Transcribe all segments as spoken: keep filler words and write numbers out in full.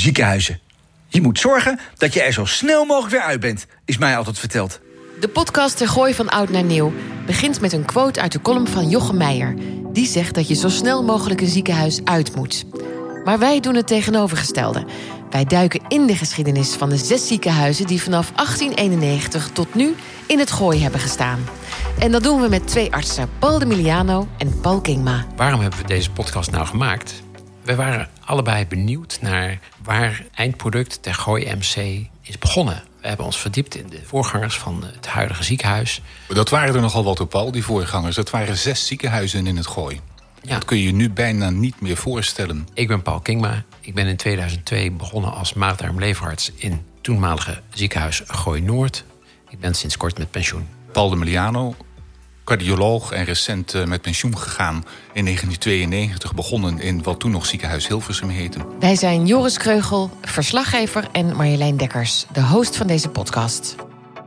ziekenhuizen. Je moet zorgen dat je er zo snel mogelijk weer uit bent, is mij altijd verteld. De podcast Ter Gooi van Oud naar Nieuw begint met een quote uit de column van Jochem Meijer. Die zegt dat je zo snel mogelijk een ziekenhuis uit moet. Maar wij doen het tegenovergestelde. Wij duiken in de geschiedenis van de zes ziekenhuizen die vanaf achttien eenennegentig tot nu in het Gooi hebben gestaan. En dat doen we met twee artsen, Paul de Miliano en Paul Kingma. Waarom hebben we deze podcast nou gemaakt? We waren allebei benieuwd naar waar eindproduct Ter Gooi M C is begonnen. We hebben ons verdiept in de voorgangers van het huidige ziekenhuis. Dat waren er nogal wat op, Paul, die voorgangers. Dat waren zes ziekenhuizen in het Gooi. Ja. Dat kun je je nu bijna niet meer voorstellen. Ik ben Paul Kingma. Ik ben in tweeduizend twee begonnen als maagdarm-leverarts in het toenmalige ziekenhuis Gooi Noord. Ik ben sinds kort met pensioen. Paul de Miliano, cardioloog en recent uh, met pensioen gegaan. In negentien tweeënnegentig begonnen in wat toen nog ziekenhuis Hilversum heette. Wij zijn Joris Kreugel, verslaggever, en Marjolein Dekkers, de host van deze podcast.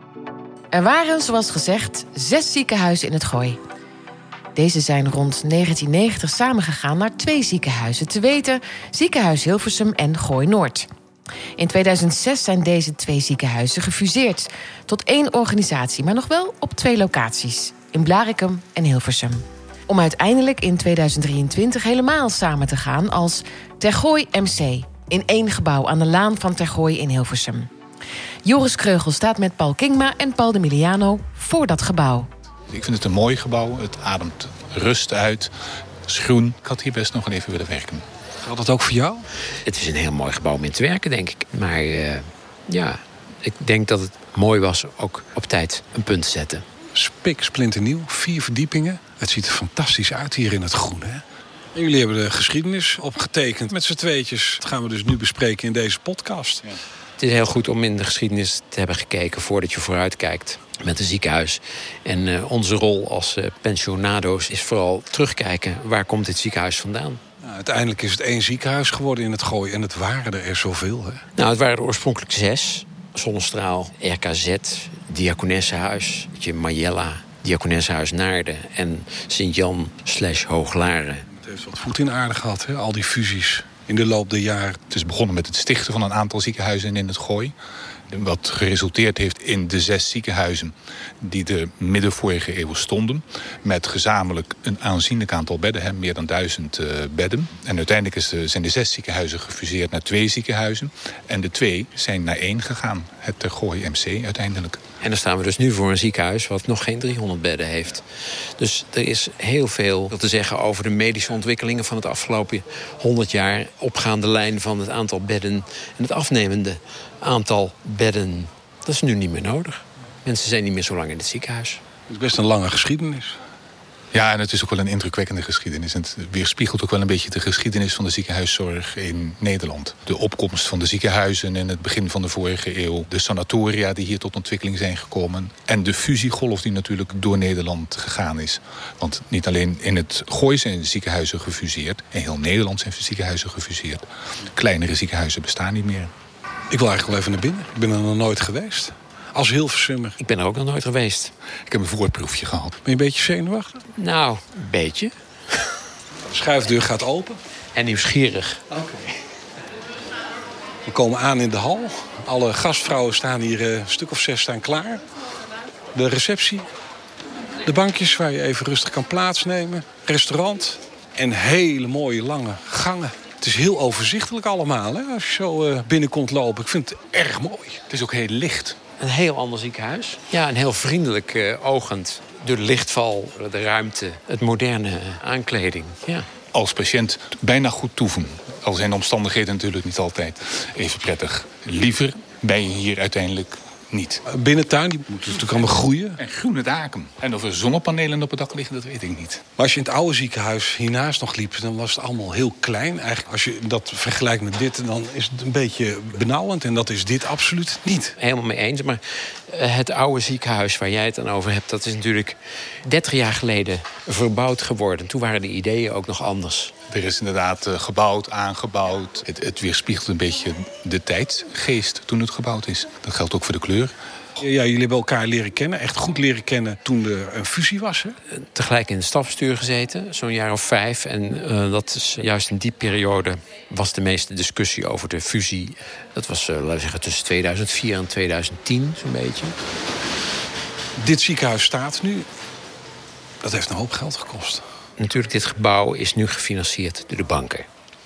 Er waren, zoals gezegd, zes ziekenhuizen in het Gooi. Deze zijn rond negentien negentig samengegaan naar twee ziekenhuizen, te weten Ziekenhuis Hilversum en Gooi Noord. In tweeduizend zes zijn deze twee ziekenhuizen gefuseerd tot één organisatie, maar nog wel op twee locaties, in Blaricum en Hilversum. Om uiteindelijk in tweeduizend drieëntwintig helemaal samen te gaan als Ter Gooi M C, in één gebouw aan de Laan van Ter Gooi in Hilversum. Joris Kreugel staat met Paul Kingma en Paul de Miliano voor dat gebouw. Ik vind het een mooi gebouw. Het ademt rust uit. Het is groen. Ik had hier best nog even willen werken. Geldt dat ook voor jou? Het is een heel mooi gebouw om in te werken, denk ik. Maar uh, ja, ik denk dat het mooi was ook op tijd een punt te zetten. Spik, splinternieuw, vier verdiepingen. Het ziet er fantastisch uit hier in het groen, hè? En jullie hebben de geschiedenis opgetekend met z'n tweetjes. Dat gaan we dus nu bespreken in deze podcast. Ja. Het is heel goed om in de geschiedenis te hebben gekeken voordat je vooruit kijkt met een ziekenhuis. En uh, onze rol als uh, pensionado's is vooral terugkijken. Waar komt dit ziekenhuis vandaan? Nou, uiteindelijk is het één ziekenhuis geworden in het Gooi. En het waren er zoveel, hè? Nou, het waren er oorspronkelijk zes. Zonnestraal, R K Z, Diakonessenhuis, Majella, Diakonessenhuis Naarden en Sint-Jan slash Hooglaren. Het heeft wat voet in aarde gehad, hè? Al die fusies in de loop der jaren. Het is begonnen met het stichten van een aantal ziekenhuizen in het Gooi. Wat geresulteerd heeft in de zes ziekenhuizen die er midden vorige eeuw stonden. Met gezamenlijk een aanzienlijk aantal bedden, hè, meer dan duizend uh, bedden. En uiteindelijk is de, zijn de zes ziekenhuizen gefuseerd naar twee ziekenhuizen. En de twee zijn naar één gegaan, het Ter Gooi M C uiteindelijk. En dan staan we dus nu voor een ziekenhuis wat nog geen driehonderd bedden heeft. Dus er is heel veel te zeggen over de medische ontwikkelingen van het afgelopen honderd jaar. Opgaande lijn van het aantal bedden en het afnemende aantal bedden. Dat is nu niet meer nodig. Mensen zijn niet meer zo lang in het ziekenhuis. Het is best een lange geschiedenis. Ja, en het is ook wel een indrukwekkende geschiedenis. En het weerspiegelt ook wel een beetje de geschiedenis van de ziekenhuiszorg in Nederland. De opkomst van de ziekenhuizen in het begin van de vorige eeuw. De sanatoria die hier tot ontwikkeling zijn gekomen. En de fusiegolf die natuurlijk door Nederland gegaan is. Want niet alleen in het Gooi zijn ziekenhuizen gefuseerd. In heel Nederland zijn ziekenhuizen gefuseerd. Kleinere ziekenhuizen bestaan niet meer. Ik wil eigenlijk wel even naar binnen. Ik ben er nog nooit geweest. Als Hilversummer. Ik ben er ook nog nooit geweest. Ik heb een voorproefje gehad. Ben je een beetje zenuwachtig? Nou, een beetje. De schuifdeur gaat open. En nieuwsgierig. Oké. Okay. We komen aan in de hal. Alle gastvrouwen staan hier, een stuk of zes staan klaar. De receptie. De bankjes waar je even rustig kan plaatsnemen. Restaurant. En hele mooie lange gangen. Het is heel overzichtelijk allemaal, hè, als je zo uh, binnenkomt lopen. Ik vind het erg mooi. Het is ook heel licht. Een heel ander ziekenhuis. Ja, een heel vriendelijk uh, ogend. Door de lichtval, de ruimte, het moderne aankleding. Ja. Als patiënt bijna goed toeven. Al zijn de omstandigheden natuurlijk niet altijd even prettig. Liever ben je hier uiteindelijk niet. Binnentuin, die moet natuurlijk allemaal groeien. En groene daken. En of er zonnepanelen op het dak liggen, dat weet ik niet. Maar als je in het oude ziekenhuis hiernaast nog liep, dan was het allemaal heel klein. Eigenlijk, als je dat vergelijkt met dit, dan is het een beetje benauwend. En dat is dit absoluut niet. Helemaal mee eens. Maar het oude ziekenhuis waar jij het dan over hebt, dat is natuurlijk dertig jaar geleden verbouwd geworden. Toen waren de ideeën ook nog anders. Er is inderdaad uh, gebouwd, aangebouwd. Het, het weerspiegelt een beetje de tijdsgeest toen het gebouwd is. Dat geldt ook voor de kleur. Ja, jullie hebben elkaar leren kennen, echt goed leren kennen toen er een fusie was, hè? Tegelijk in het stafbestuur gezeten, zo'n jaar of vijf. En uh, dat is juist in die periode was de meeste discussie over de fusie. Dat was, uh, laten we zeggen, tussen tweeduizend vier en tweeduizend tien, zo'n beetje. Dit ziekenhuis staat nu. Dat heeft een hoop geld gekost. Natuurlijk, dit gebouw is nu gefinancierd door de banken.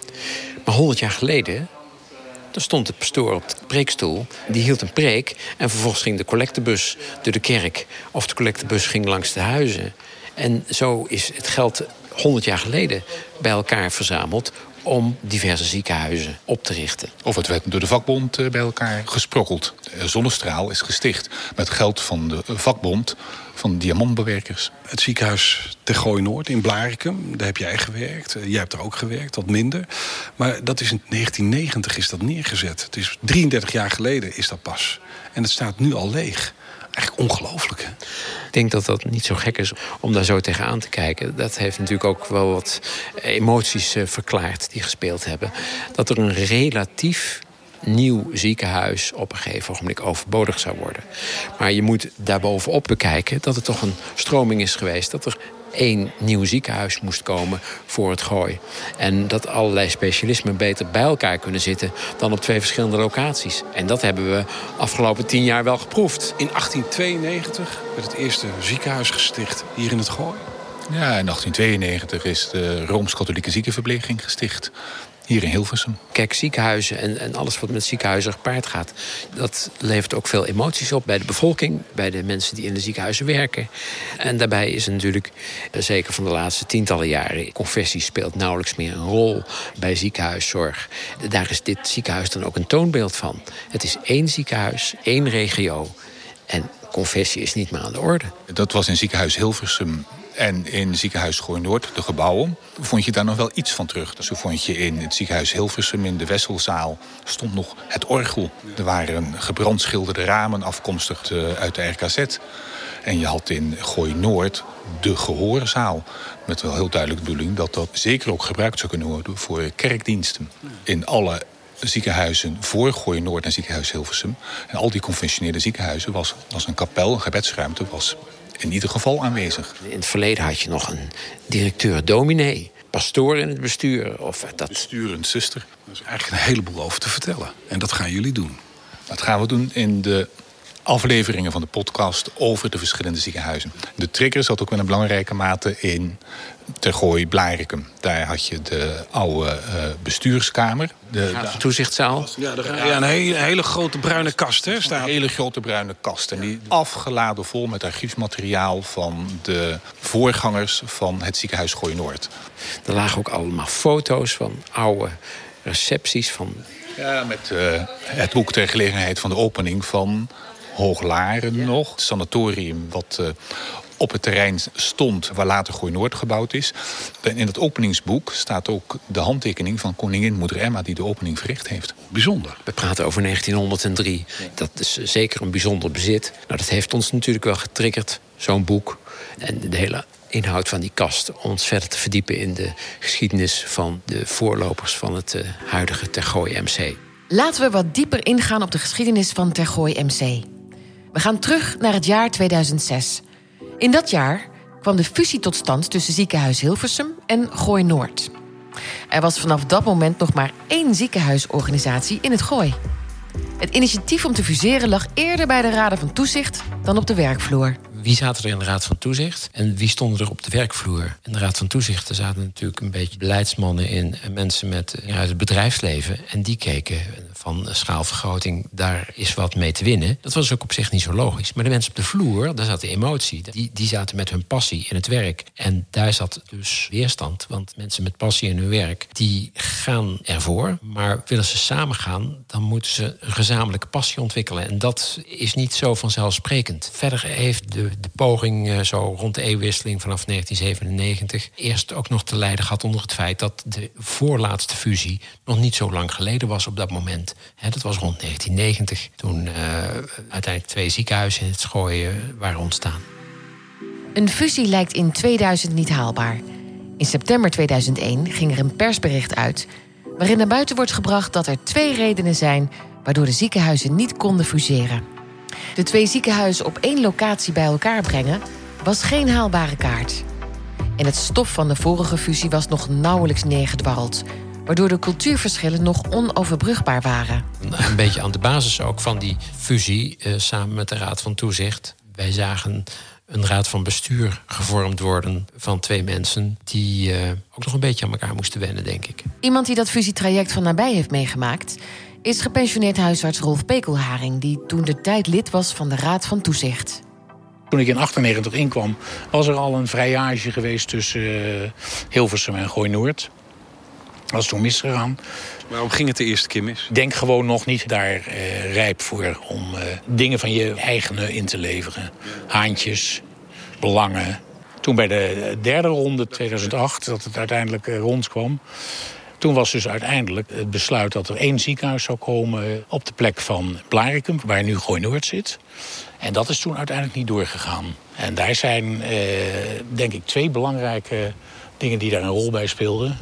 Maar honderd jaar geleden, dan stond de pastoor op de preekstoel. Die hield een preek en vervolgens ging de collectebus door de kerk. Of de collectebus ging langs de huizen. En zo is het geld honderd jaar geleden bij elkaar verzameld om diverse ziekenhuizen op te richten. Of het werd door de vakbond bij elkaar gesprokkeld. Zonnestraal is gesticht met geld van de vakbond van diamantbewerkers. Het ziekenhuis Ter Gooi Noord in Blaricum, daar heb jij gewerkt. Jij hebt er ook gewerkt, wat minder. Maar dat is in negentien negentig is dat neergezet. Het is drieëndertig jaar geleden is dat pas. En het staat nu al leeg. Eigenlijk ongelooflijk, hè? Ik denk dat dat niet zo gek is om daar zo tegenaan te kijken. Dat heeft natuurlijk ook wel wat emoties uh, verklaard die gespeeld hebben. Dat er een relatief nieuw ziekenhuis op een gegeven ogenblik overbodig zou worden. Maar je moet daarbovenop bekijken dat er toch een stroming is geweest, dat er één nieuw ziekenhuis moest komen voor het Gooi. En dat allerlei specialismen beter bij elkaar kunnen zitten dan op twee verschillende locaties. En dat hebben we afgelopen tien jaar wel geproefd. In achttien tweeënnegentig werd het eerste ziekenhuis gesticht hier in het Gooi. Ja, in achttien tweeënnegentig is de Rooms-Katholieke Ziekenverpleging gesticht. Hier in Hilversum. Kijk, ziekenhuizen en, en alles wat met ziekenhuizen gepaard gaat, dat levert ook veel emoties op bij de bevolking, bij de mensen die in de ziekenhuizen werken. En daarbij is natuurlijk, zeker van de laatste tientallen jaren, confessie speelt nauwelijks meer een rol bij ziekenhuiszorg. Daar is dit ziekenhuis dan ook een toonbeeld van. Het is één ziekenhuis, één regio. En confessie is niet meer aan de orde. Dat was in ziekenhuis Hilversum. En in ziekenhuis Gooi Noord, de gebouwen, vond je daar nog wel iets van terug. Zo vond je in het ziekenhuis Hilversum, in de Wesselzaal, stond nog het orgel. Er waren gebrandschilderde ramen afkomstig uit de R K Z. En je had in Gooi Noord de gehoorzaal. Met wel heel duidelijk de bedoeling dat dat zeker ook gebruikt zou kunnen worden voor kerkdiensten. In alle ziekenhuizen voor Gooi Noord en ziekenhuis Hilversum. En al die conventionele ziekenhuizen was, was een kapel, een gebedsruimte, was in ieder geval aanwezig. In het verleden had je nog een directeur-dominee, pastoor in het bestuur. Of dat... Besturend zuster. Er is eigenlijk een heleboel over te vertellen. En dat gaan jullie doen. Dat gaan we doen in de afleveringen van de podcast over de verschillende ziekenhuizen. De trigger zat ook met een belangrijke mate in Ter Gooi Blaricum. Daar had je de oude uh, bestuurskamer. De, de toezichtzaal. Ja, er, ja, een hele, hele grote bruine kast, hè? Staat. Een hele grote bruine kast. En die afgeladen vol met archiefsmateriaal van de voorgangers van het ziekenhuis Gooi Noord. Er lagen ook allemaal foto's van oude recepties van. Ja, met uh, het boek ter gelegenheid van de opening van Hooglaren ja. nog. Het sanatorium wat uh, op het terrein stond waar later Gooi Noord gebouwd is. En in het openingsboek staat ook de handtekening van koningin Moeder Emma die de opening verricht heeft. Bijzonder. We praten over negentienhonderddrie. Dat is zeker een bijzonder bezit. Nou, dat heeft ons natuurlijk wel getriggerd, zo'n boek. En de hele inhoud van die kast om ons verder te verdiepen in de geschiedenis van de voorlopers van het uh, huidige Ter Gooi M C. Laten we wat dieper ingaan op de geschiedenis van Ter Gooi M C. We gaan terug naar het jaar tweeduizend zes. In dat jaar kwam de fusie tot stand tussen ziekenhuis Hilversum en Gooi Noord. Er was vanaf dat moment nog maar één ziekenhuisorganisatie in het Gooi. Het initiatief om te fuseren lag eerder bij de raden van toezicht dan op de werkvloer. Wie zaten er in de Raad van Toezicht en wie stonden er op de werkvloer? In de Raad van Toezicht er zaten natuurlijk een beetje beleidsmannen in en mensen met, ja, uit het bedrijfsleven. En die keken van schaalvergroting, daar is wat mee te winnen. Dat was ook op zich niet zo logisch. Maar de mensen op de vloer, daar zat de emotie. Die, die zaten met hun passie in het werk. En daar zat dus weerstand. Want mensen met passie in hun werk, die gaan ervoor. Maar willen ze samen gaan, dan moeten ze een gezamenlijke passie ontwikkelen. En dat is niet zo vanzelfsprekend. Verder heeft de de poging zo rond de eeuwwisseling vanaf negentien zevenennegentig... eerst ook nog te lijden gehad onder het feit dat de voorlaatste fusie nog niet zo lang geleden was op dat moment. He, dat was rond negentien negentig, toen uh, uiteindelijk twee ziekenhuizen in het Gooi uh, waren ontstaan. Een fusie lijkt in tweeduizend niet haalbaar. In september tweeduizend één ging er een persbericht uit waarin naar buiten wordt gebracht dat er twee redenen zijn waardoor de ziekenhuizen niet konden fuseren. De twee ziekenhuizen op één locatie bij elkaar brengen was geen haalbare kaart. En het stof van de vorige fusie was nog nauwelijks neergedwarreld, waardoor de cultuurverschillen nog onoverbrugbaar waren. Een beetje aan de basis ook van die fusie, uh, samen met de Raad van Toezicht. Wij zagen een raad van bestuur gevormd worden van twee mensen die uh, ook nog een beetje aan elkaar moesten wennen, denk ik. Iemand die dat fusietraject van nabij heeft meegemaakt is gepensioneerd huisarts Rolf Pekelharing, die toen de tijd lid was van de Raad van Toezicht. Toen ik in achtennegentig inkwam, was er al een vrijage geweest tussen uh, Hilversum en Gooi-Noord. Dat was toen misgegaan. Waarom ging het de eerste keer mis? Ik denk gewoon nog niet daar uh, rijp voor om uh, dingen van je eigen in te leveren. Haantjes, belangen. Toen bij de derde ronde, tweeduizend acht, dat het uiteindelijk uh, rondkwam. Toen was dus uiteindelijk het besluit dat er één ziekenhuis zou komen op de plek van Blaricum, waar nu Gooi-Noord zit. En dat is toen uiteindelijk niet doorgegaan. En daar zijn, eh, denk ik, twee belangrijke dingen die daar een rol bij speelden.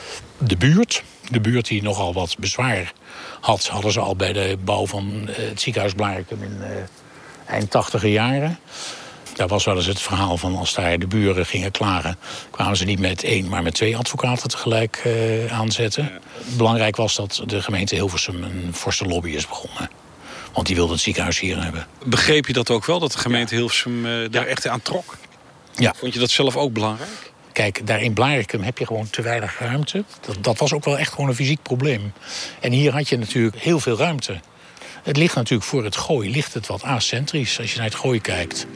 De buurt. De buurt die nogal wat bezwaar had, hadden ze al bij de bouw van uh, het ziekenhuis Blaricum in uh, eind tachtiger jaren. Daar was wel eens het verhaal van als daar de buren gingen klagen, kwamen ze niet met één, maar met twee advocaten tegelijk uh, aanzetten. Belangrijk was dat de gemeente Hilversum een forse lobby is begonnen. Want die wilde het ziekenhuis hier hebben. Begreep je dat ook wel, dat de gemeente ja. Hilversum uh, daar ja. echt aan trok? Ja. Vond je dat zelf ook belangrijk? Kijk, daar in Blaricum heb je gewoon te weinig ruimte. Dat, dat was ook wel echt gewoon een fysiek probleem. En hier had je natuurlijk heel veel ruimte. Het ligt natuurlijk voor het Gooi, ligt het wat acentrisch als je naar het Gooi kijkt.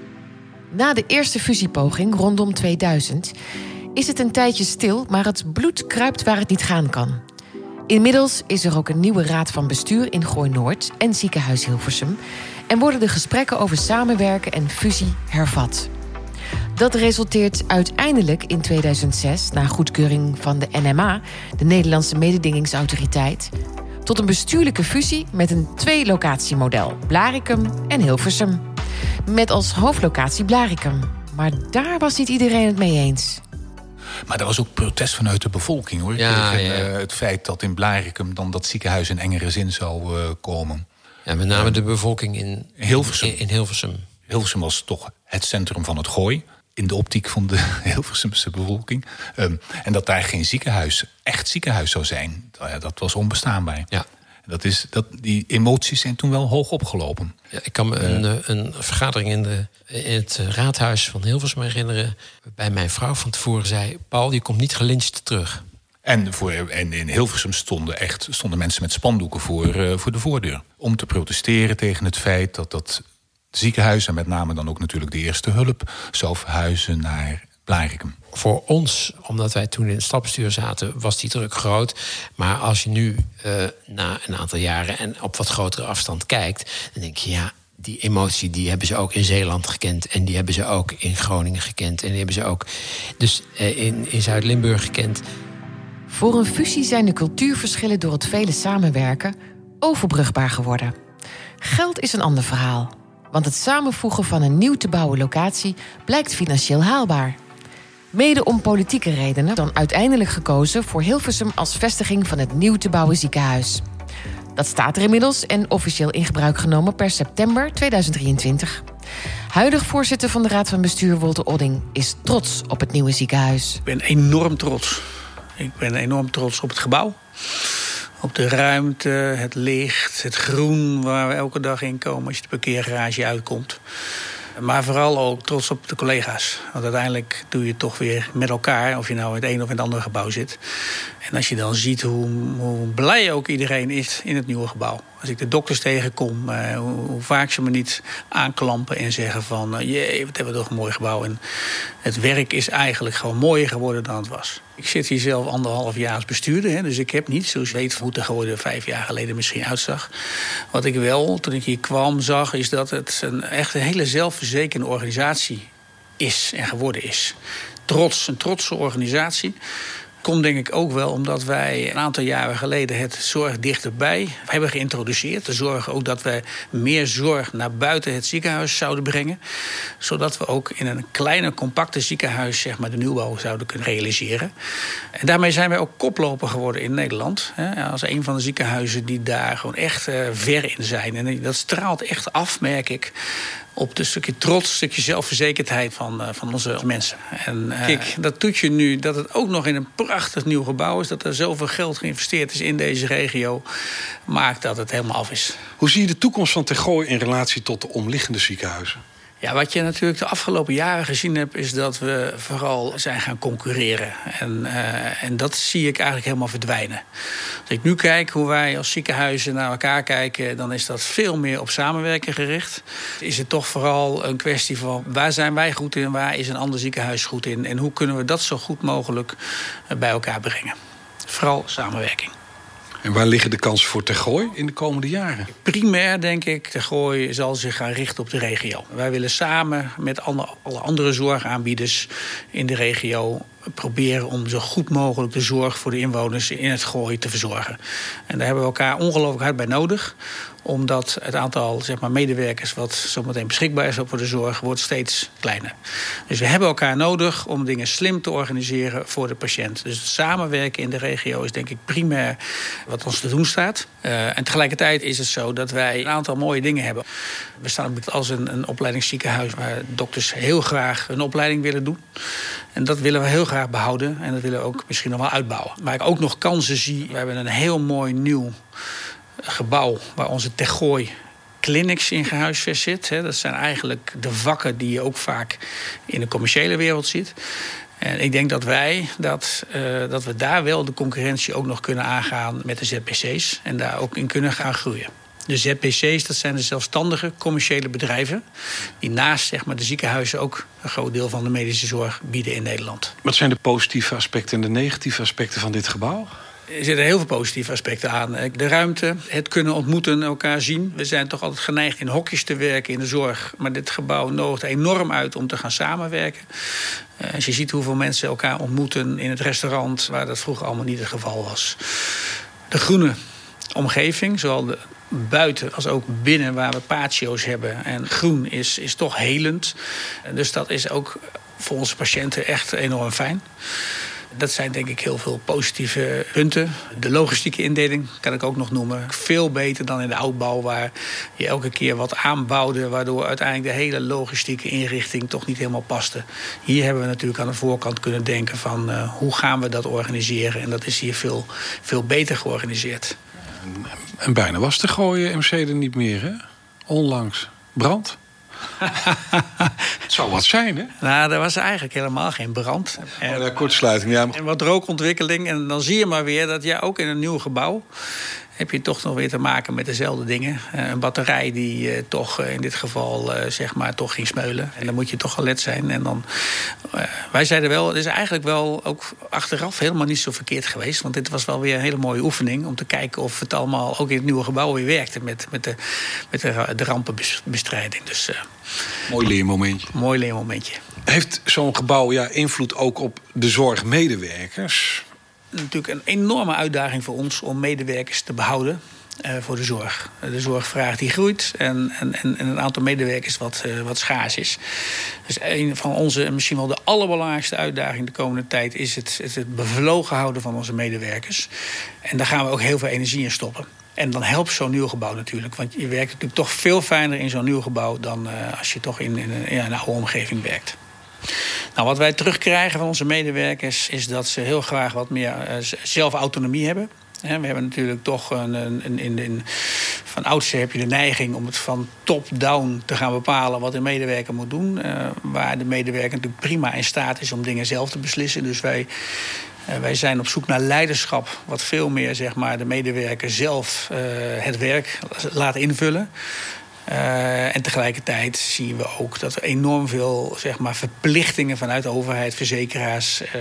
Na de eerste fusiepoging rondom tweeduizend is het een tijdje stil, maar het bloed kruipt waar het niet gaan kan. Inmiddels is er ook een nieuwe raad van bestuur in Gooi-Noord en ziekenhuis Hilversum en worden de gesprekken over samenwerken en fusie hervat. Dat resulteert uiteindelijk in tweeduizend zes, na goedkeuring van de N M A, de Nederlandse mededingingsautoriteit, tot een bestuurlijke fusie met een twee-locatiemodel, Blaricum en Hilversum. Met als hoofdlocatie Blaricum. Maar daar was niet iedereen het mee eens. Maar er was ook protest vanuit de bevolking, hoor. Ja, tegen ja. uh, het feit dat in Blaricum dan dat ziekenhuis in engere zin zou uh, komen. Ja, met name de bevolking in Hilversum. In, in Hilversum. Hilversum was toch het centrum van het Gooi, in de optiek van de Hilversumse bevolking. Um, en dat daar geen ziekenhuis, echt ziekenhuis zou zijn, dat was onbestaanbaar. Ja. Dat is, dat, die emoties zijn toen wel hoog opgelopen. Ja, ik kan me uh, een, een vergadering in, de, in het raadhuis van Hilversum herinneren, waarbij mijn vrouw van tevoren zei: Paul, je komt niet gelyncht terug. En, voor, en in Hilversum stonden, echt, stonden mensen met spandoeken voor, uh, voor de voordeur. Om te protesteren tegen het feit dat dat ziekenhuis, en met name dan ook natuurlijk de eerste hulp, zou verhuizen naar Blaricum. Voor ons, omdat wij toen in het stadbestuur zaten, was die druk groot. Maar als je nu uh, na een aantal jaren en op wat grotere afstand kijkt, dan denk je, ja, die emotie die hebben ze ook in Zeeland gekend. En die hebben ze ook in Groningen gekend. En die hebben ze ook dus uh, in, in Zuid-Limburg gekend. Voor een fusie zijn de cultuurverschillen door het vele samenwerken overbrugbaar geworden. Geld is een ander verhaal. Want het samenvoegen van een nieuw te bouwen locatie blijkt financieel haalbaar. Mede om politieke redenen dan uiteindelijk gekozen voor Hilversum als vestiging van het nieuw te bouwen ziekenhuis. Dat staat er inmiddels en officieel in gebruik genomen per september tweeduizend drieëntwintig. Huidig voorzitter van de Raad van Bestuur, Wolter Odding, is trots op het nieuwe ziekenhuis. Ik ben enorm trots. Ik ben enorm trots op het gebouw. Op de ruimte, het licht, het groen waar we elke dag in komen als je de parkeergarage uitkomt. Maar vooral ook trots op de collega's. Want uiteindelijk doe je het toch weer met elkaar, of je nou in het een of in het andere gebouw zit. En als je dan ziet hoe, hoe blij ook iedereen is in het nieuwe gebouw. Als ik de dokters tegenkom, uh, hoe, hoe vaak ze me niet aanklampen en zeggen van, uh, jee, wat hebben we toch een mooi gebouw. En het werk is eigenlijk gewoon mooier geworden dan het was. Ik zit hier zelf anderhalf jaar als bestuurder, hè, dus ik heb niet zoals weet hoe het er geworden vijf jaar geleden misschien uitzag. Wat ik wel, toen ik hier kwam, zag, is dat het een echt een hele zelfverzekerde organisatie is en geworden is. Trots, een trotse organisatie. komt denk ik ook wel omdat wij een aantal jaren geleden het zorg dichterbij hebben geïntroduceerd. De zorg ook dat we meer zorg naar buiten het ziekenhuis zouden brengen. Zodat we ook in een kleiner, compacte ziekenhuis zeg maar, de nieuwbouw zouden kunnen realiseren. En daarmee zijn wij ook koploper geworden in Nederland. Hè, als een van de ziekenhuizen die daar gewoon echt uh, ver in zijn. En dat straalt echt af, merk ik, op het stukje trots, stukje zelfverzekerdheid van, uh, van onze mensen. En uh, kijk, dat doet je nu dat het ook nog in een prachtig nieuw gebouw is, dat er zoveel geld geïnvesteerd is in deze regio, maakt dat het helemaal af is. Hoe zie je de toekomst van Tergooi in relatie tot de omliggende ziekenhuizen? Ja, wat je natuurlijk de afgelopen jaren gezien hebt, is dat we vooral zijn gaan concurreren. En, uh, en dat zie ik eigenlijk helemaal verdwijnen. Als ik nu kijk hoe wij als ziekenhuizen naar elkaar kijken, dan is dat veel meer op samenwerking gericht. Is het toch vooral een kwestie van waar zijn wij goed in, waar is een ander ziekenhuis goed in en hoe kunnen we dat zo goed mogelijk bij elkaar brengen. Vooral samenwerking. En waar liggen de kansen voor Tergooi in de komende jaren? Primair denk ik, Tergooi zal zich gaan richten op de regio. Wij willen samen met alle andere zorgaanbieders in de regio proberen om zo goed mogelijk de zorg voor de inwoners in het Gooi te verzorgen. En daar hebben we elkaar ongelooflijk hard bij nodig. Omdat het aantal zeg maar, medewerkers wat zometeen beschikbaar is voor de zorg wordt steeds kleiner. Dus we hebben elkaar nodig om dingen slim te organiseren voor de patiënt. Dus het samenwerken in de regio is denk ik primair wat ons te doen staat. Uh, en tegelijkertijd is het zo dat wij een aantal mooie dingen hebben. We staan als een, een opleidingsziekenhuis waar dokters heel graag een opleiding willen doen. En dat willen we heel graag behouden. En dat willen we ook misschien nog wel uitbouwen. Waar ik ook nog kansen zie. We hebben een heel mooi nieuw gebouw waar onze Tergooi clinics in gehuisvest zit. Dat zijn eigenlijk de vakken die je ook vaak in de commerciële wereld ziet. En ik denk dat wij dat, uh, dat we daar wel de concurrentie ook nog kunnen aangaan met de Z P C's. En daar ook in kunnen gaan groeien. De Z P C's, dat zijn de zelfstandige commerciële bedrijven die naast zeg maar, de ziekenhuizen ook een groot deel van de medische zorg bieden in Nederland. Wat zijn de positieve aspecten en de negatieve aspecten van dit gebouw? Er zitten heel veel positieve aspecten aan. De ruimte, het kunnen ontmoeten, elkaar zien. We zijn toch altijd geneigd in hokjes te werken in de zorg. Maar dit gebouw nodigt enorm uit om te gaan samenwerken. Als je ziet hoeveel mensen elkaar ontmoeten in het restaurant, waar dat vroeger allemaal niet het geval was. De groene omgeving, zowel de buiten als ook binnen waar we patio's hebben. En groen is, is toch helend. Dus dat is ook voor onze patiënten echt enorm fijn. Dat zijn denk ik heel veel positieve punten. De logistieke indeling kan ik ook nog noemen. Veel beter dan in de oudbouw waar je elke keer wat aanbouwde, waardoor uiteindelijk de hele logistieke inrichting toch niet helemaal paste. Hier hebben we natuurlijk aan de voorkant kunnen denken van uh, hoe gaan we dat organiseren. En dat is hier veel, veel beter georganiseerd. En, en bijna was Tergooi M C er niet meer, hè? Onlangs. Brand? Het zou wat zijn, hè? Nou, er was eigenlijk helemaal geen brand. En, oh, kortsluiting, ja. En wat rookontwikkeling. En dan zie je maar weer dat ja, ook in een nieuw gebouw heb je toch nog weer te maken met dezelfde dingen. Uh, een batterij die uh, toch uh, in dit geval uh, zeg maar toch ging smeulen. En dan moet je toch alert zijn. En dan, uh, wij zeiden wel, het is eigenlijk wel ook achteraf helemaal niet zo verkeerd geweest. Want dit was wel weer een hele mooie oefening om te kijken of het allemaal ook in het nieuwe gebouw weer werkte met, met, de, met de, de rampenbestrijding. Dus, uh, mooi leermomentje. Mooi leermomentje. Heeft zo'n gebouw ja, invloed ook op de zorgmedewerkers? Natuurlijk een enorme uitdaging voor ons om medewerkers te behouden uh, voor de zorg. De zorgvraag die groeit en, en, en een aantal medewerkers wat, uh, wat schaars is. Dus een van onze, misschien wel de allerbelangrijkste uitdaging de komende tijd is het, het, het bevlogen houden van onze medewerkers. En daar gaan we ook heel veel energie in stoppen. En dan helpt zo'n nieuw gebouw natuurlijk. Want je werkt natuurlijk toch veel fijner in zo'n nieuw gebouw dan uh, als je toch in, in, in een oude omgeving werkt. Nou, wat wij terugkrijgen van onze medewerkers is dat ze heel graag wat meer uh, zelfautonomie hebben. We hebben natuurlijk toch een, een, een, een, van oudsher heb je de neiging om het van top-down te gaan bepalen wat een medewerker moet doen. Uh, waar de medewerker natuurlijk prima in staat is om dingen zelf te beslissen. Dus wij, uh, wij zijn op zoek naar leiderschap, wat veel meer zeg maar, de medewerker zelf uh, het werk laat invullen. Uh, en tegelijkertijd zien we ook dat er enorm veel zeg maar, verplichtingen vanuit de overheid, verzekeraars uh,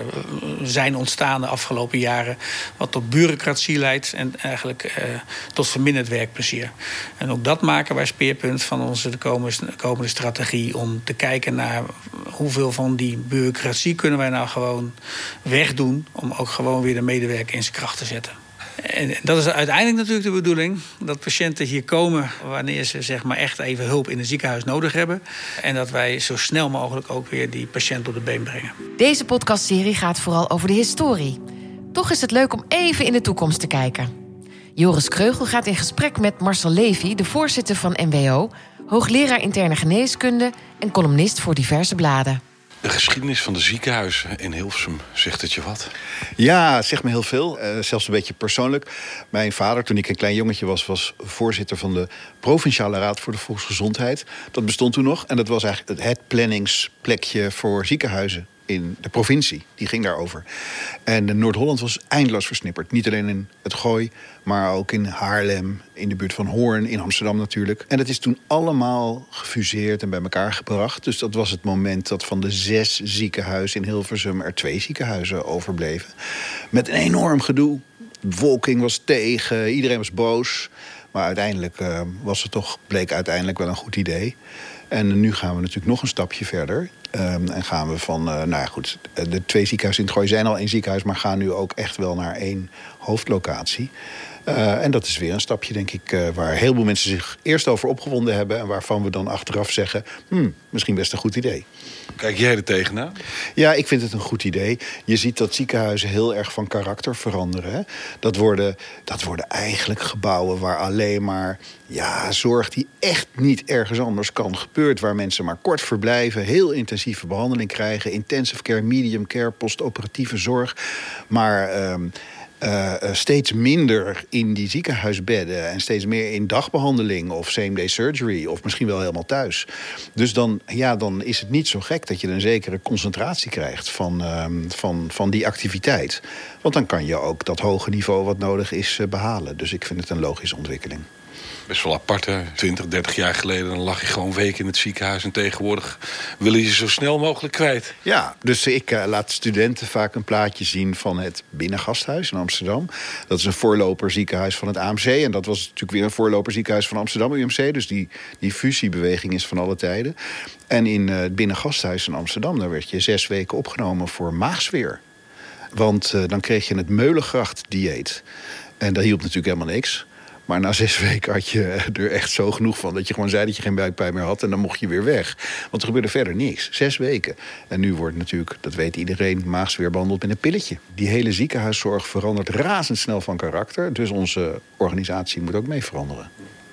zijn ontstaan de afgelopen jaren. Wat tot bureaucratie leidt en eigenlijk uh, tot verminderd werkplezier. En ook dat maken wij speerpunt van onze de komende, komende strategie om te kijken naar hoeveel van die bureaucratie kunnen wij nou gewoon wegdoen om ook gewoon weer de medewerker in zijn kracht te zetten. En dat is uiteindelijk natuurlijk de bedoeling, dat patiënten hier komen wanneer ze zeg maar, echt even hulp in een ziekenhuis nodig hebben. En dat wij zo snel mogelijk ook weer die patiënt op de been brengen. Deze podcastserie gaat vooral over de historie. Toch is het leuk om even in de toekomst te kijken. Joris Kreugel gaat in gesprek met Marcel Levy, de voorzitter van N W O, hoogleraar interne geneeskunde en columnist voor diverse bladen. De geschiedenis van de ziekenhuizen in Hilversum, zegt het je wat? Ja, zegt me heel veel. Uh, zelfs een beetje persoonlijk. Mijn vader, toen ik een klein jongetje was, was voorzitter van de Provinciale Raad voor de Volksgezondheid. Dat bestond toen nog. En dat was eigenlijk het planningsplekje voor ziekenhuizen in de provincie. Die ging daarover. En Noord-Holland was eindeloos versnipperd. Niet alleen in het Gooi, maar ook in Haarlem, in de buurt van Hoorn, in Amsterdam natuurlijk. En dat is toen allemaal gefuseerd en bij elkaar gebracht. Dus dat was het moment dat van de zes ziekenhuizen in Hilversum er twee ziekenhuizen overbleven. Met een enorm gedoe. De bevolking was tegen, iedereen was boos. Maar uiteindelijk uh, was het toch, bleek uiteindelijk wel een goed idee. En nu gaan we natuurlijk nog een stapje verder. Um, en gaan we van, uh, nou ja goed, de twee ziekenhuizen in het Gooi zijn al één ziekenhuis, maar gaan nu ook echt wel naar één hoofdlocatie. Uh, en dat is weer een stapje, denk ik, uh, waar heel veel mensen zich eerst over opgewonden hebben en waarvan we dan achteraf zeggen, hmm, misschien best een goed idee. Kijk jij er tegenaan? Ja, ik vind het een goed idee. Je ziet dat ziekenhuizen heel erg van karakter veranderen. Hè? Dat, worden, dat worden eigenlijk gebouwen waar alleen maar ja, zorg die echt niet ergens anders kan gebeurt. Waar mensen maar kort verblijven, heel intensieve behandeling krijgen, intensive care, medium care, postoperatieve zorg. Maar Um, Uh, steeds minder in die ziekenhuisbedden en steeds meer in dagbehandeling of same-day surgery of misschien wel helemaal thuis. Dus dan, ja, dan is het niet zo gek dat je een zekere concentratie krijgt van, uh, van, van die activiteit. Want dan kan je ook dat hoge niveau wat nodig is uh, behalen. Dus ik vind het een logische ontwikkeling. Best wel apart, hè? twintig, dertig jaar geleden dan lag je gewoon weken in het ziekenhuis en tegenwoordig willen je zo snel mogelijk kwijt. Ja, dus ik uh, laat studenten vaak een plaatje zien van het Binnengasthuis in Amsterdam. Dat is een voorloperziekenhuis van het A M C. En dat was natuurlijk weer een voorloperziekenhuis van Amsterdam U M C. Dus die, die fusiebeweging is van alle tijden. En in uh, het Binnengasthuis in Amsterdam, daar werd je zes weken opgenomen voor maagzweer. Want uh, dan kreeg je het Meulengracht-dieet. En dat hielp natuurlijk helemaal niks. Maar na zes weken had je er echt zo genoeg van dat je gewoon zei dat je geen buikpijn meer had. En dan mocht je weer weg. Want er gebeurde verder niks. Zes weken. En nu wordt natuurlijk, dat weet iedereen, maagzweer behandeld met een pilletje. Die hele ziekenhuiszorg verandert razendsnel van karakter. Dus onze organisatie moet ook mee veranderen.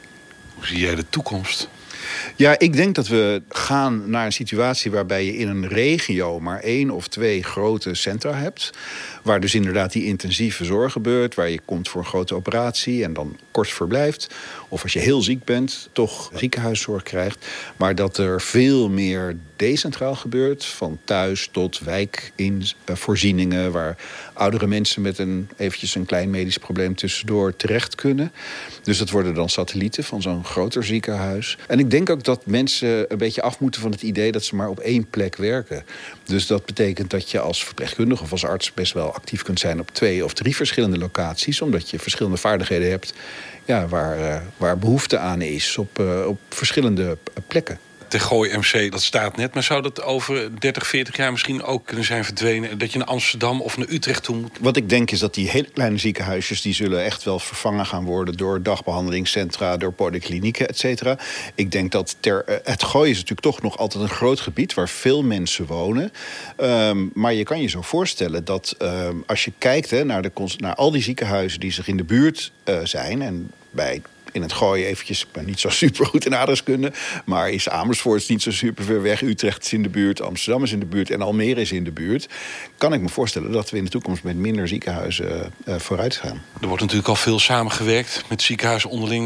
Hoe zie jij de toekomst? Ja, ik denk dat we gaan naar een situatie waarbij je in een regio maar één of twee grote centra hebt. Waar dus inderdaad die intensieve zorg gebeurt. Waar je komt voor een grote operatie en dan kort verblijft. Of als je heel ziek bent, toch ziekenhuiszorg krijgt. Maar dat er veel meer decentraal gebeurt. Van thuis tot wijk in voorzieningen. Waar oudere mensen met een, eventjes een klein medisch probleem tussendoor terecht kunnen. Dus dat worden dan satellieten van zo'n groter ziekenhuis. En ik denk ook dat mensen een beetje af moeten van het idee dat ze maar op één plek werken. Dus dat betekent dat je als verpleegkundige of als arts best wel actief kunt zijn op twee of drie verschillende locaties. Omdat je verschillende vaardigheden hebt ja, waar, uh, waar behoefte aan is op, uh, op verschillende plekken. De Gooi M C, dat staat net. Maar zou dat over dertig, veertig jaar misschien ook kunnen zijn verdwenen? Dat je naar Amsterdam of naar Utrecht toe moet? Wat ik denk is dat die hele kleine ziekenhuisjes, die zullen echt wel vervangen gaan worden door dagbehandelingscentra, door polyklinieken, et cetera. Ik denk dat ter, het Gooi is natuurlijk toch nog altijd een groot gebied waar veel mensen wonen. Um, maar je kan je zo voorstellen dat um, als je kijkt hè, naar, de, naar al die ziekenhuizen die zich in de buurt uh, zijn en bij in het Gooi eventjes, ik ben niet zo super goed in aardrijkskunde, maar is Amersfoort niet zo super ver weg. Utrecht is in de buurt, Amsterdam is in de buurt en Almere is in de buurt. Kan ik me voorstellen dat we in de toekomst met minder ziekenhuizen uh, vooruit gaan. Er wordt natuurlijk al veel samengewerkt met ziekenhuizen onderling.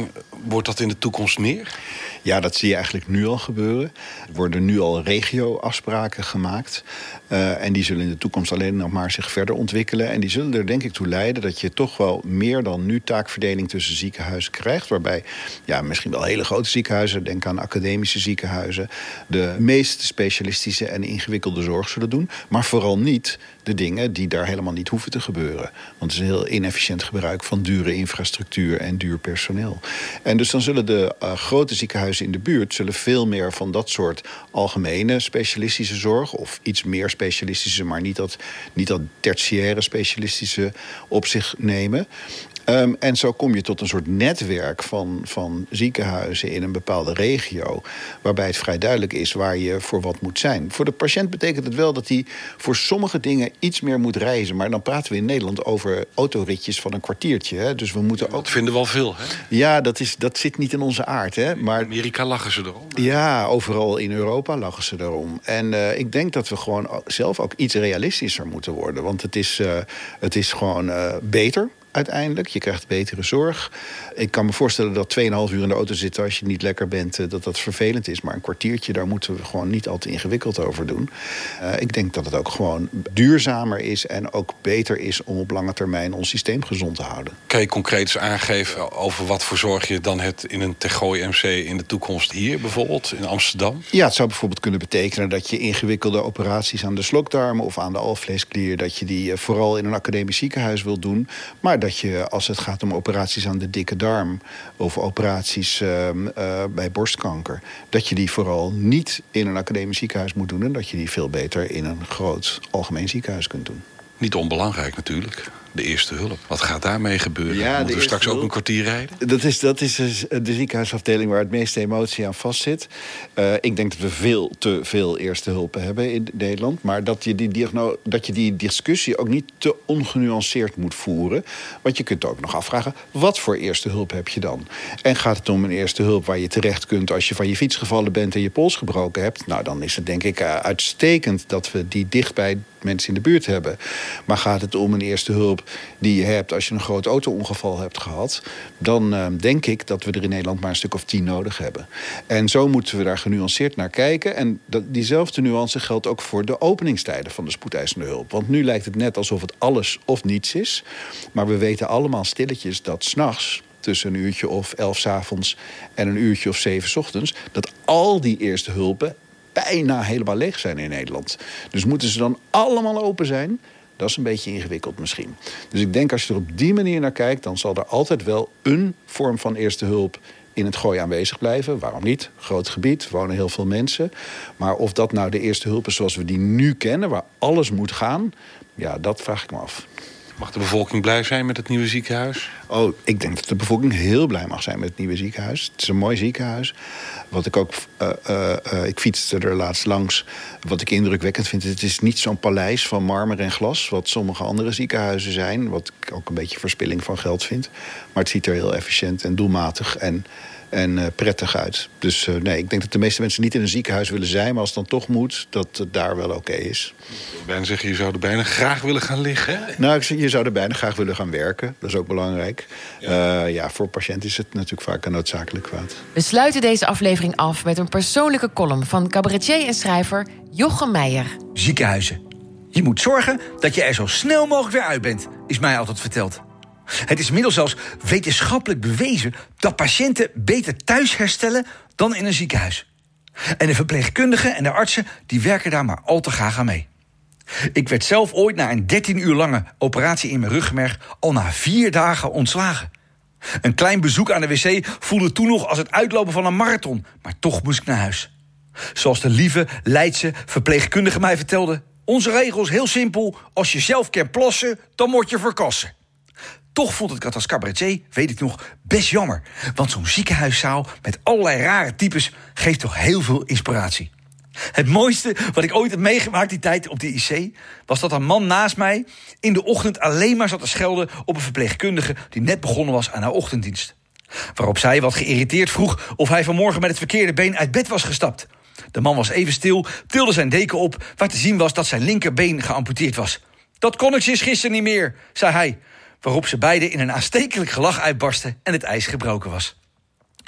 Wordt dat in de toekomst meer? Ja, dat zie je eigenlijk nu al gebeuren. Er worden nu al regio-afspraken gemaakt. Uh, en die zullen in de toekomst alleen nog maar zich verder ontwikkelen. En die zullen er denk ik toe leiden dat je toch wel meer dan nu taakverdeling tussen ziekenhuizen krijgt. Waarbij ja, misschien wel hele grote ziekenhuizen, denk aan academische ziekenhuizen, de meest specialistische en ingewikkelde zorg zullen doen. Maar vooral niet de dingen die daar helemaal niet hoeven te gebeuren. Want het is een heel inefficiënt gebruik van dure infrastructuur en duur personeel. En dus dan zullen de uh, grote ziekenhuizen in de buurt zullen veel meer van dat soort algemene specialistische zorg, of iets meer specialistische, maar niet dat, niet dat tertiaire specialistische op zich nemen. Um, en zo kom je tot een soort netwerk van, van ziekenhuizen in een bepaalde regio, waarbij het vrij duidelijk is waar je voor wat moet zijn. Voor de patiënt betekent het wel dat hij voor sommige dingen iets meer moet reizen. Maar dan praten we in Nederland over autoritjes van een kwartiertje. Hè? Dus we moeten ook... Dat vinden we al veel, hè? Ja, dat, is, dat zit niet in onze aard. Hè? Maar... In Amerika lachen ze erom. Ja, overal in Europa lachen ze erom. En uh, ik denk dat we gewoon zelf ook iets realistischer moeten worden. Want het is, uh, het is gewoon uh, beter. Uiteindelijk, je krijgt betere zorg. Ik kan me voorstellen dat tweeënhalf uur in de auto zitten als je niet lekker bent, dat dat vervelend is. Maar een kwartiertje, daar moeten we gewoon niet al te ingewikkeld over doen. Uh, ik denk dat het ook gewoon duurzamer is en ook beter is om op lange termijn ons systeem gezond te houden. Kan je concreet eens aangeven over wat voor zorg je dan hebt in een Tergooi M C in de toekomst hier bijvoorbeeld, in Amsterdam? Ja, het zou bijvoorbeeld kunnen betekenen dat je ingewikkelde operaties aan de slokdarm of aan de alvleesklier, dat je die vooral in een academisch ziekenhuis wilt doen. Maar dat je, als het gaat om operaties aan de dikke darm of operaties uh, uh, bij borstkanker, dat je die vooral niet in een academisch ziekenhuis moet doen en dat je die veel beter in een groot algemeen ziekenhuis kunt doen. Niet onbelangrijk natuurlijk. De eerste hulp. Wat gaat daarmee gebeuren? Ja, Moeten we straks hulp. ook een kwartier rijden? Dat is, dat is de ziekenhuisafdeling waar het meeste emotie aan vastzit. Uh, ik denk dat we veel te veel eerste hulp hebben in Nederland. Maar dat je, die diagno- dat je die discussie ook niet te ongenuanceerd moet voeren. Want je kunt ook nog afvragen, wat voor eerste hulp heb je dan? En gaat het om een eerste hulp waar je terecht kunt als je van je fiets gevallen bent en je pols gebroken hebt? Nou, dan is het denk ik uh, uitstekend dat we die dicht bij mensen in de buurt hebben. Maar gaat het om een eerste hulp die je hebt als je een groot auto-ongeval hebt gehad, dan uh, denk ik dat we er in Nederland maar een stuk of tien nodig hebben. En zo moeten we daar genuanceerd naar kijken. En dat, diezelfde nuance geldt ook voor de openingstijden van de spoedeisende hulp. Want nu lijkt het net alsof het alles of niets is. Maar we weten allemaal stilletjes dat 's nachts tussen een uurtje of elf 's avonds en een uurtje of zeven 's ochtends, dat al die eerste hulpen bijna helemaal leeg zijn in Nederland. Dus moeten ze dan allemaal open zijn? Dat is een beetje ingewikkeld misschien. Dus ik denk als je er op die manier naar kijkt, dan zal er altijd wel een vorm van eerste hulp in het Gooi aanwezig blijven. Waarom niet? Groot gebied, wonen heel veel mensen. Maar of dat nou de eerste hulp is zoals we die nu kennen, waar alles moet gaan, ja, dat vraag ik me af. Mag de bevolking blij zijn met het nieuwe ziekenhuis? Oh, ik denk dat de bevolking heel blij mag zijn met het nieuwe ziekenhuis. Het is een mooi ziekenhuis. Wat ik ook, uh, uh, uh, ik fietste er laatst langs. Wat ik indrukwekkend vind, het is niet zo'n paleis van marmer en glas, wat sommige andere ziekenhuizen zijn. Wat ik ook een beetje verspilling van geld vind. Maar het ziet er heel efficiënt en doelmatig en, en uh, prettig uit. Dus uh, nee, ik denk dat de meeste mensen niet in een ziekenhuis willen zijn, maar als het dan toch moet, dat het daar wel oké okay is. Ik bijna zeggen, je zou er bijna graag willen gaan liggen. Nou, je zou er bijna graag willen gaan werken. Dat is ook belangrijk. Ja, uh, ja voor patiënten is het natuurlijk vaak een noodzakelijk kwaad. We sluiten deze aflevering af met een persoonlijke column van cabaretier en schrijver Jochem Meijer. Ziekenhuizen. Je moet zorgen dat je er zo snel mogelijk weer uit bent, is mij altijd verteld. Het is inmiddels zelfs wetenschappelijk bewezen dat patiënten beter thuis herstellen dan in een ziekenhuis. En de verpleegkundigen en de artsen die werken daar maar al te graag aan mee. Ik werd zelf ooit na een dertien uur lange operatie in mijn ruggenmerg al na vier dagen ontslagen. Een klein bezoek aan de wc voelde toen nog als het uitlopen van een marathon, maar toch moest ik naar huis. Zoals de lieve Leidse verpleegkundige mij vertelde: onze regel is heel simpel, als je zelf kan plassen, dan moet je verkassen. Toch vond ik dat als cabaretier, weet ik nog, best jammer. Want zo'n ziekenhuiszaal met allerlei rare types geeft toch heel veel inspiratie. Het mooiste wat ik ooit heb meegemaakt die tijd op de I C was dat een man naast mij in de ochtend alleen maar zat te schelden op een verpleegkundige die net begonnen was aan haar ochtenddienst. Waarop zij wat geïrriteerd vroeg of hij vanmorgen met het verkeerde been uit bed was gestapt. De man was even stil, tilde zijn deken op, waar te zien was dat zijn linkerbeen geamputeerd was. Dat kon ik sinds gisteren niet meer, zei hij. Waarop ze beiden in een aanstekelijk gelach uitbarsten en het ijs gebroken was.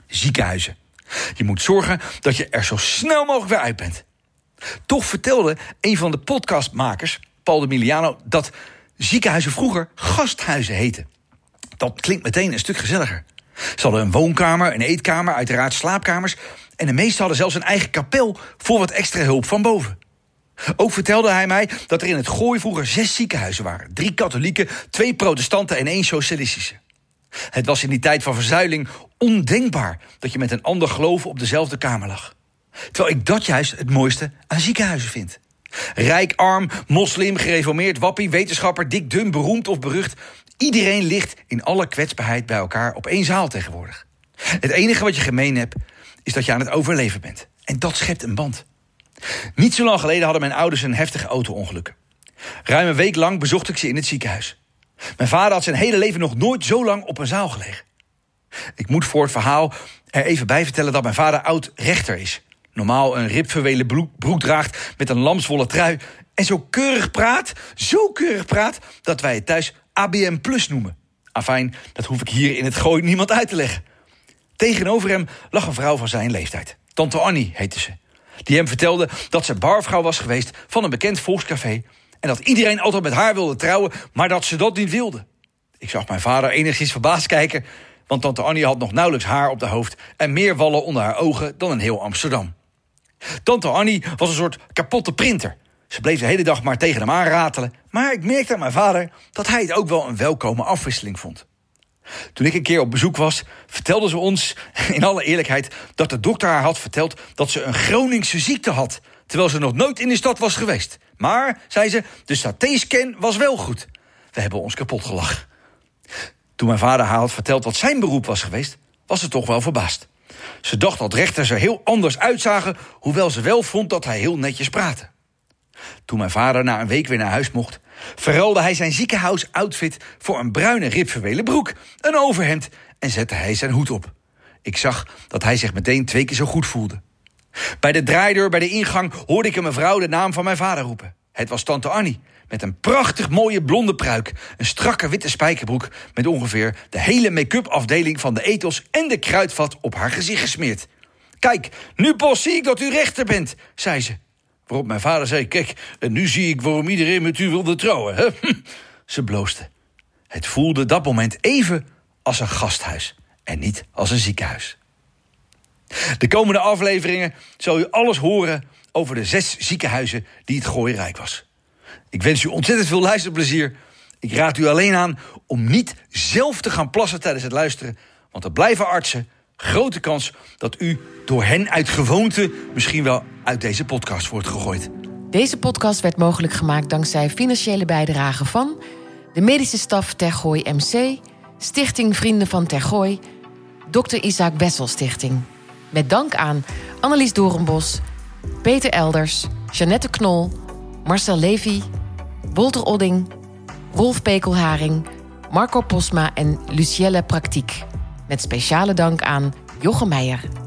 ziekenhuizen. Je moet zorgen dat je er zo snel mogelijk weer uit bent. Toch vertelde een van de podcastmakers, Paul de Miliano, dat ziekenhuizen vroeger gasthuizen heten. Dat klinkt meteen een stuk gezelliger. Ze hadden een woonkamer, een eetkamer, uiteraard slaapkamers, en de meesten hadden zelfs een eigen kapel voor wat extra hulp van boven. Ook vertelde hij mij dat er in het Gooi vroeger zes ziekenhuizen waren. Drie katholieke, twee protestanten en één socialistische. Het was in die tijd van verzuiling ondenkbaar dat je met een ander geloof op dezelfde kamer lag. Terwijl ik dat juist het mooiste aan ziekenhuizen vind. Rijk, arm, moslim, gereformeerd, wappie, wetenschapper, dik, dun, beroemd of berucht. Iedereen ligt in alle kwetsbaarheid bij elkaar op één zaal tegenwoordig. Het enige wat je gemeen hebt, is dat je aan het overleven bent. En dat schept een band. Niet zo lang geleden hadden mijn ouders een heftig auto-ongeluk. Ruim een week lang bezocht ik ze in het ziekenhuis. Mijn vader had zijn hele leven nog nooit zo lang op een zaal gelegen. Ik moet voor het verhaal er even bij vertellen dat mijn vader oud-rechter is. Normaal een ribverwelen broek draagt met een lamswollen trui. En zo keurig praat, zo keurig praat, dat wij het thuis A B M plus noemen. Afijn, dat hoef ik hier in het Gooi niemand uit te leggen. Tegenover hem lag een vrouw van zijn leeftijd. Tante Annie heette ze. Die hem vertelde dat ze barvrouw was geweest van een bekend volkscafé. En dat iedereen altijd met haar wilde trouwen, maar dat ze dat niet wilde. Ik zag mijn vader enigszins verbaasd kijken, want tante Annie had nog nauwelijks haar op de hoofd en meer wallen onder haar ogen dan in heel Amsterdam. Tante Annie was een soort kapotte printer. Ze bleef de hele dag maar tegen hem aanratelen, maar ik merkte aan mijn vader dat hij het ook wel een welkome afwisseling vond. Toen ik een keer op bezoek was, vertelde ze ons, in alle eerlijkheid, dat de dokter haar had verteld dat ze een Groningse ziekte had, terwijl ze nog nooit in de stad was geweest. Maar, zei ze, de saté-scan was wel goed. We hebben ons kapot gelachen. Toen mijn vader haar had verteld wat zijn beroep was geweest, was ze toch wel verbaasd. Ze dacht dat rechters er heel anders uitzagen, hoewel ze wel vond dat hij heel netjes praatte. Toen mijn vader na een week weer naar huis mocht, verruilde hij zijn ziekenhuis-outfit voor een bruine ribverwelen broek, een overhemd en zette hij zijn hoed op. Ik zag dat hij zich meteen twee keer zo goed voelde. Bij de draaideur bij de ingang hoorde ik een mevrouw de naam van mijn vader roepen. Het was tante Annie, met een prachtig mooie blonde pruik, een strakke witte spijkerbroek met ongeveer de hele make-up afdeling van de ethos en de kruidvat op haar gezicht gesmeerd. Kijk, nu pas zie ik dat u rechter bent, zei ze. Waarop mijn vader zei, kijk, en nu zie ik waarom iedereen met u wilde trouwen. Hè? Ze bloosde. Het voelde dat moment even als een gasthuis en niet als een ziekenhuis. De komende afleveringen zal u alles horen over de zes ziekenhuizen die het Gooi rijk was. Ik wens u ontzettend veel luisterplezier. Ik raad u alleen aan om niet zelf te gaan plassen tijdens het luisteren, want er blijven artsen. Grote kans dat u door hen uit gewoonte misschien wel uit deze podcast wordt gegooid. Deze podcast werd mogelijk gemaakt dankzij financiële bijdragen van de medische staf Tergooi M C, Stichting Vrienden van Tergooi, dokter Isaac Wessel Stichting. Met dank aan Annelies Doornbos, Peter Elders, Jeannette Knol, Marcel Levy, Wolter Odding, Rolf Pekelharing, Marco Posma en Lucielle Praktiek. Met speciale dank aan Jochem Meijer.